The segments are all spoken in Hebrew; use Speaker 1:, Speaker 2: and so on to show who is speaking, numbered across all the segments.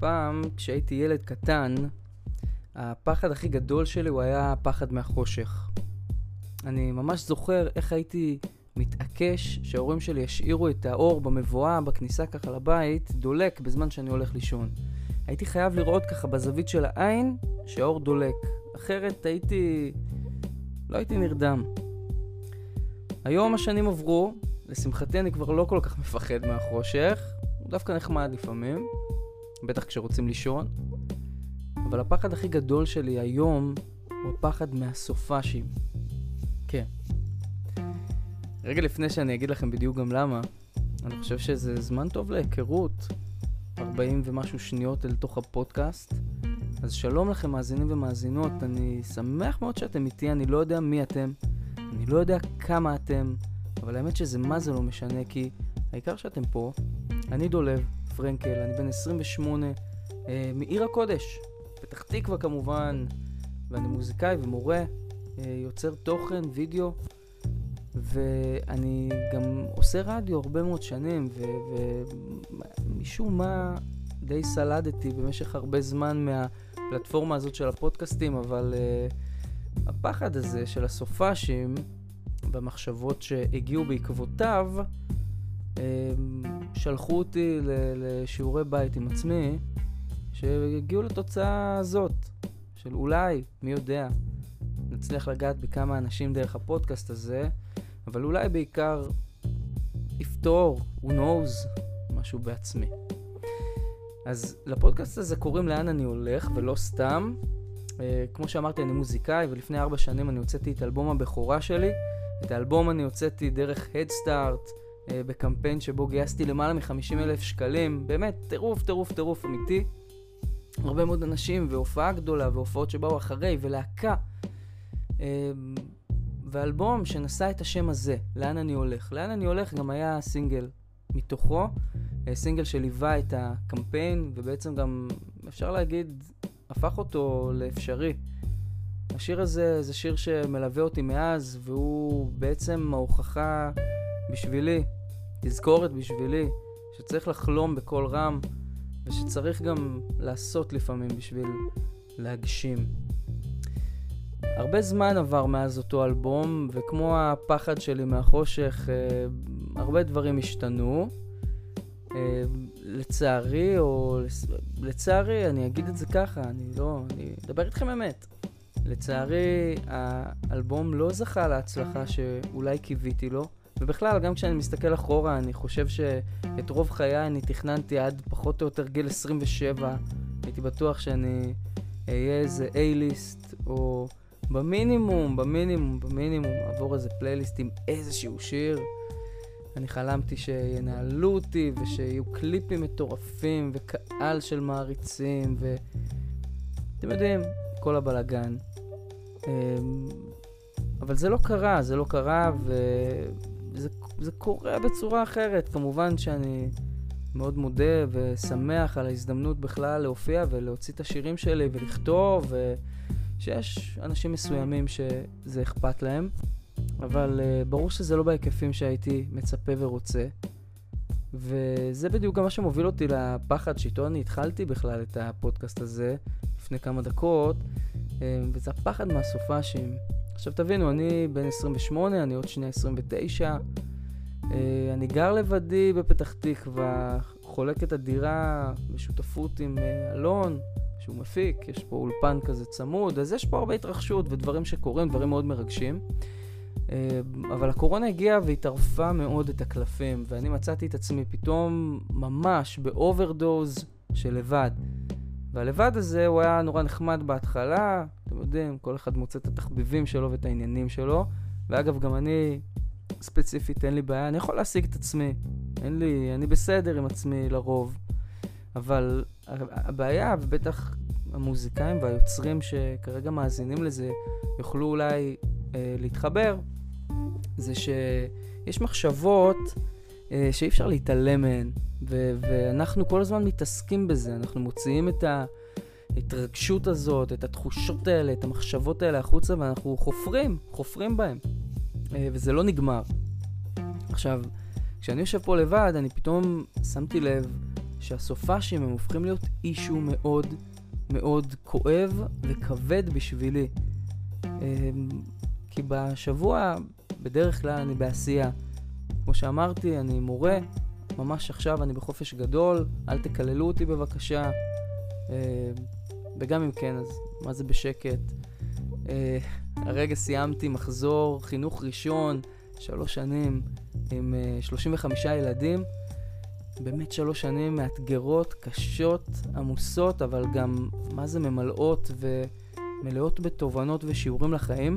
Speaker 1: פעם, כשהייתי ילד קטן, הפחד הכי גדול שלי הוא היה הפחד מהחושך. אני ממש זוכר איך הייתי מתעקש שההורים שלי ישאירו את האור במבואה, בכניסה ככה לבית, דולק בזמן שאני הולך לישון. הייתי חייב לראות ככה בזווית של העין שהאור דולק. אחרת לא הייתי נרדם. היום השנים עברו, לשמחתי אני כבר לא כל כך מפחד מהחושך. הוא דווקא נחמד לפעמים, בטח כשרוצים לישון. אבל הפחד הכי גדול שלי היום הוא הפחד מהסופאשים. כן. רגע לפני שאני אגיד לכם בדיוק גם למה, אני חושב שזה זמן טוב להיכרות, 40 ומשהו שניות אל תוך הפודקאסט. אז שלום לכם מאזינים ומאזינות, אני שמח מאוד שאתם איתי, אני לא יודע מי אתם, אני לא יודע כמה אתם, אבל האמת שזה מה זה לא משנה, כי העיקר שאתם פה. אני דולב פרנקל, אני בן 28, מעיר הקודש, פתח תקווה כמובן, ואני מוזיקאי ומורה, יוצר תוכן, וידאו, ואני גם עושה רדיו הרבה מאוד שנים, ומשום מה די סלדתי במשך הרבה זמן מהפלטפורמה הזאת של הפודקאסטים, אבל הפחד הזה של הסופאשים, במחשבות שהגיעו בעקבותיו, שלחו אותי לשיעורי בית עם עצמי, שהגיעו לתוצאה הזאת, של אולי, מי יודע, נצליח לגעת בכמה אנשים דרך הפודקאסט הזה, אבל אולי בעיקר יפתור, who knows, משהו בעצמי. אז לפודקאסט הזה קוראים לאן אני הולך, ולא סתם. כמו שאמרתי, אני מוזיקאי, ולפני 4 שנים אני הוצאתי את אלבום הבכורה שלי. את האלבום אני הוצאתי דרך Head Start, בקמפיין שבו גייסתי למעלה מ-50,000 שקלים. באמת, טירוף אמיתי. הרבה מאוד אנשים, והופעה גדולה, והופעות שבאו אחרי, ולהקה. ואלבום שנשא את השם הזה, לאן אני הולך. לאן אני הולך גם היה סינגל מתוכו, סינגל שליווה את הקמפיין, ובעצם גם אפשר להגיד, הפך אותו לאפשרי. השיר הזה זה שיר שמלווה אותי מאז, והוא בעצם ההוכחה בשבילי, תזכורת בשבילי, שצריך לחלום בכל רם, ושצריך גם לעשות לפעמים בשביל להגשים. הרבה זמן עבר מאז אותו אלבום, וכמו הפחד שלי מהחושך, הרבה דברים השתנו. לצערי, אני אגיד את זה ככה, אני אדבר איתכם אמת. לצערי, האלבום לא זכה להצלחה שאולי קיוויתי לו, ובכלל, גם כשאני מסתכל אחורה, אני חושב שאת רוב חיי אני תכננתי עד פחות או יותר גיל 27, הייתי בטוח שאני אהיה איזה A-ליסט, או במינימום, עבור איזה פלייליסט עם איזשהו שיר. אני חלמתי שינהלו אותי, ושיהיו קליפים מטורפים, וקהל של מעריצים, ואתם יודעים, כל הבלגן. אבל זה לא קרה, וזה קורה בצורה אחרת. כמובן שאני מאוד מודה ושמח על ההזדמנות בכלל להופיע ולהוציא את השירים שלי ולכתוב, שיש אנשים מסוימים שזה אכפת להם, אבל ברור שזה לא בהיקפים שהייתי מצפה ורוצה, וזה בדיוק גם מה שמוביל אותי לפחד שאיתו אני התחלתי בכלל את הפודקאסט הזה לפני כמה דקות, וזה הפחד מהסופאשים. עכשיו תבינו, אני בן 28, אני עוד שנייה 29, אני גר לבדי בפתח תקווה, חולק את הדירה בשותפות עם אלון שהוא מפיק, יש פה אולפן כזה צמוד, אז יש פה הרבה התרחשות ודברים שקורים, דברים מאוד מרגשים. אבל הקורונה הגיעה והתערפה מאוד את הקלפים, ואני מצאתי את עצמי פתאום ממש באוברדוז של לבד. והלבד הזה הוא היה נורא נחמד בהתחלה, אתם יודעים, כל אחד מוצא את התחביבים שלו ואת העניינים שלו, ואגב גם אני ספציפית אין לי בעיה, אני יכול להשיג את עצמי, אני בסדר עם עצמי לרוב, אבל הבעיה, ובטח המוזיקאים והיוצרים שכרגע מאזינים לזה יוכלו אולי להתחבר, זה שיש מחשבות שאי אפשר להתעלם מהן, ואנחנו כל הזמן מתעסקים בזה, אנחנו מוציאים את ההתרגשות הזאת, את התחושות האלה, את המחשבות האלה החוצה, ואנחנו חופרים בהם, וזה לא נגמר. עכשיו, כשאני יושב פה לבד, אני פתאום שמתי לב שהסופאשים הם הופכים להיות אישו מאוד מאוד כואב וכבד בשבילי. כי בשבוע בדרך כלל אני בעשייה. כמו שאמרתי, אני מורה, ממש עכשיו אני בחופש גדול, אל תקללו אותי בבקשה. וגם אם כן, אז מה זה בשקט? הרגע סיימתי מחזור חינוך ראשון, 3 שנים, עם 35 ילדים. באמת 3 שנים מאתגרות, קשות, עמוסות, אבל גם מה זה ממלאות ומלאות בתובנות ושיעורים לחיים.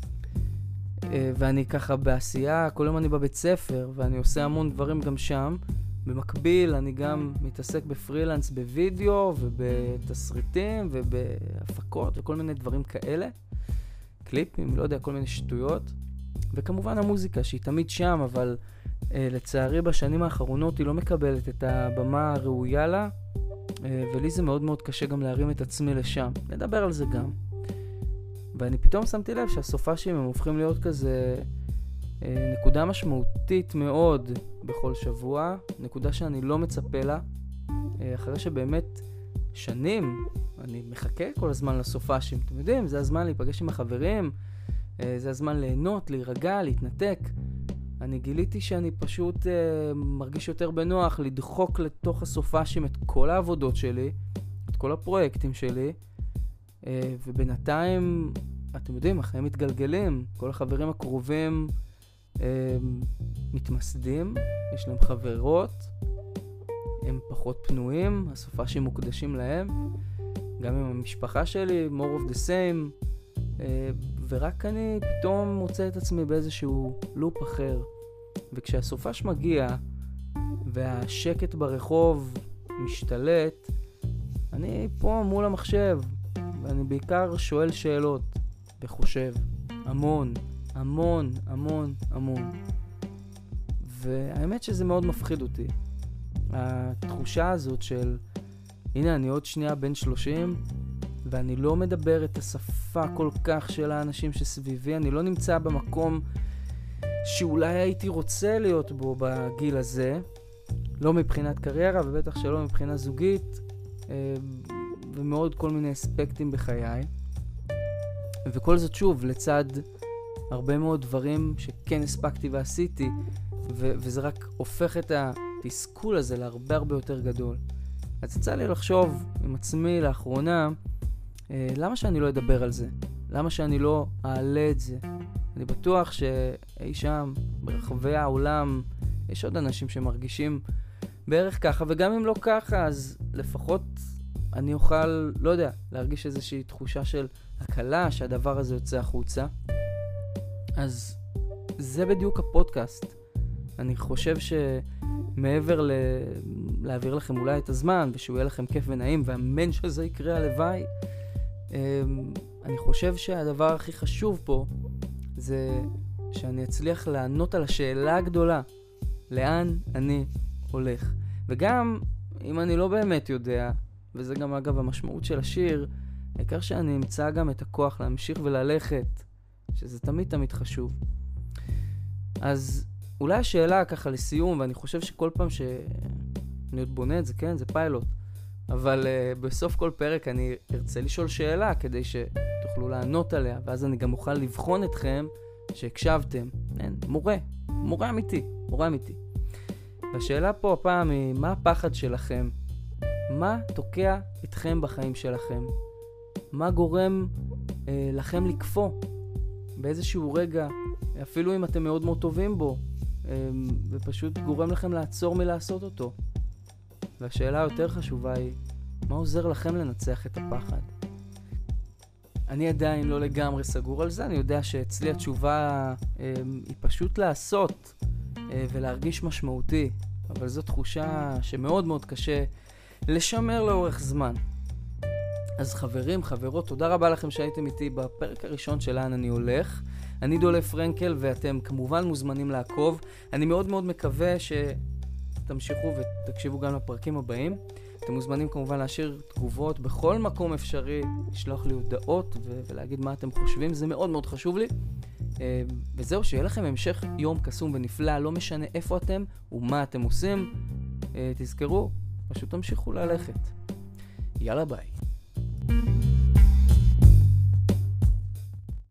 Speaker 1: ואני ככה בעשייה, כל יום אני בבית ספר, ואני עושה המון דברים גם שם. במקביל אני גם מתעסק בפרילנס בווידאו ובתסריטים ובהפקות וכל מיני דברים כאלה. קליפים, לא יודע, כל מיני שטויות. וכמובן המוזיקה שהיא תמיד שם, אבל לצערי בשנים האחרונות היא לא מקבלת את הבמה הראויה לה, ולי זה מאוד מאוד קשה גם להרים את עצמי לשם. נדבר על זה גם. ואני פתאום שמתי לב שהסופאשים הם הופכים להיות כזה נקודה משמעותית מאוד בכל שבוע, נקודה שאני לא מצפה לה, אחרי שבאמת שנים אני מחכה כל הזמן לסופאשים. אתם יודעים, זה הזמן להיפגש עם החברים, זה הזמן ליהנות, להירגע, להתנתק. אני גיליתי שאני פשוט מרגיש יותר בנוח לדחוק לתוך הסופאשים את כל העבודות שלי, את כל הפרויקטים שלי, ובינתיים, אתם יודעים, החיים מתגלגלים, כל החברים הקרובים מתמסדים, יש להם חברות, הם פחות פנויים, הסופאשים מוקדשים להם, גם עם המשפחה שלי, more of the same, ורק אני פתאום מוצא את עצמי באיזשהו לופ אחר. וכשהסופש מגיע והשקט ברחוב משתלט, אני פה מול המחשב, ואני בעיקר שואל שאלות וחושב המון, המון, המון, המון. והאמת שזה מאוד מפחיד אותי. התחושה הזאת של, הנה אני עוד שנייה בן 30, ואני לא מדבר את השפה כל כך של האנשים שסביבי, אני לא נמצא במקום שאולי הייתי רוצה להיות בו בגיל הזה, לא מבחינת קריירה ובטח שלא מבחינה זוגית, ומאוד כל מיני אספקטים בחיי. וכל זאת שוב לצד הרבה מאוד דברים שכן הספקתי ועשיתי, וזה רק הופך את התסכול הזה להרבה הרבה יותר גדול. אז יצא לי לחשוב עם עצמי לאחרונה, למה שאני לא אדבר על זה? למה שאני לא אעלה את זה? אני בטוח שאי שם ברחבי העולם יש עוד אנשים שמרגישים בערך ככה, וגם אם לא ככה, אז לפחות אני אוכל, לא יודע, להרגיש איזושהי תחושה של הקלה שהדבר הזה יוצא החוצה. אז זה בדיוק הפודקאסט. אני חושב שמעבר להעביר לכם אולי את הזמן, ושהוא יהיה לכם כיף ונעים, והאמן שזה יקרה הלוואי, אני חושב שהדבר הכי חשוב פה זה שאני אצליח לענות על השאלה הגדולה, לאן אני הולך. וגם אם אני לא באמת יודע, וזה גם אגב המשמעות של השיר, העיקר שאני אמצא גם את הכוח להמשיך וללכת, שזה תמיד תמיד חשוב. אז אולי השאלה ככה לסיום, ואני חושב שכל פעם שאני עוד בונה את זה, כן, זה פיילוט, אבל בסוף כל פרק אני ארצה לשאול שאלה כדי שתוכלו לענות עליה, ואז אני גם אוכל לבחון אתכם שהקשבתם. אין, מורה אמיתי. והשאלה פה הפעם היא, מה הפחד שלכם? מה תוקע אתכם בחיים שלכם? מה גורם לכם לקפוא באיזשהו רגע, אפילו אם אתם מאוד מאוד טובים בו, ופשוט גורם לכם לעצור מלעשות אותו? והשאלה היותר חשובה היא, מה עוזר לכם לנצח את הפחד? אני עדיין לא לגמרי סגור על זה, אני יודע שאצלי התשובה היא פשוט לעשות ולהרגיש משמעותי, אבל זו תחושה שמאוד מאוד קשה לשמר לאורך זמן. אז חברים, חברות, תודה רבה לכם שהייתם איתי בפרק הראשון של לאן אני הולך. אני דולף פרנקל ואתם כמובן מוזמנים לעקוב. אני מאוד מאוד מקווה שתמשיכו ותקשיבו גם לפרקים הבאים. אתם מוזמנים כמובן להשאיר תגובות בכל מקום אפשרי, לשלוח לי הודעות ולהגיד מה אתם חושבים, זה מאוד מאוד חשוב לי. וזהו, שיהיה לכם המשך יום קסום ונפלא, לא משנה איפה אתם ומה אתם עושים. תזכרו, פשוט תמשיכו ללכת. יאללה ביי.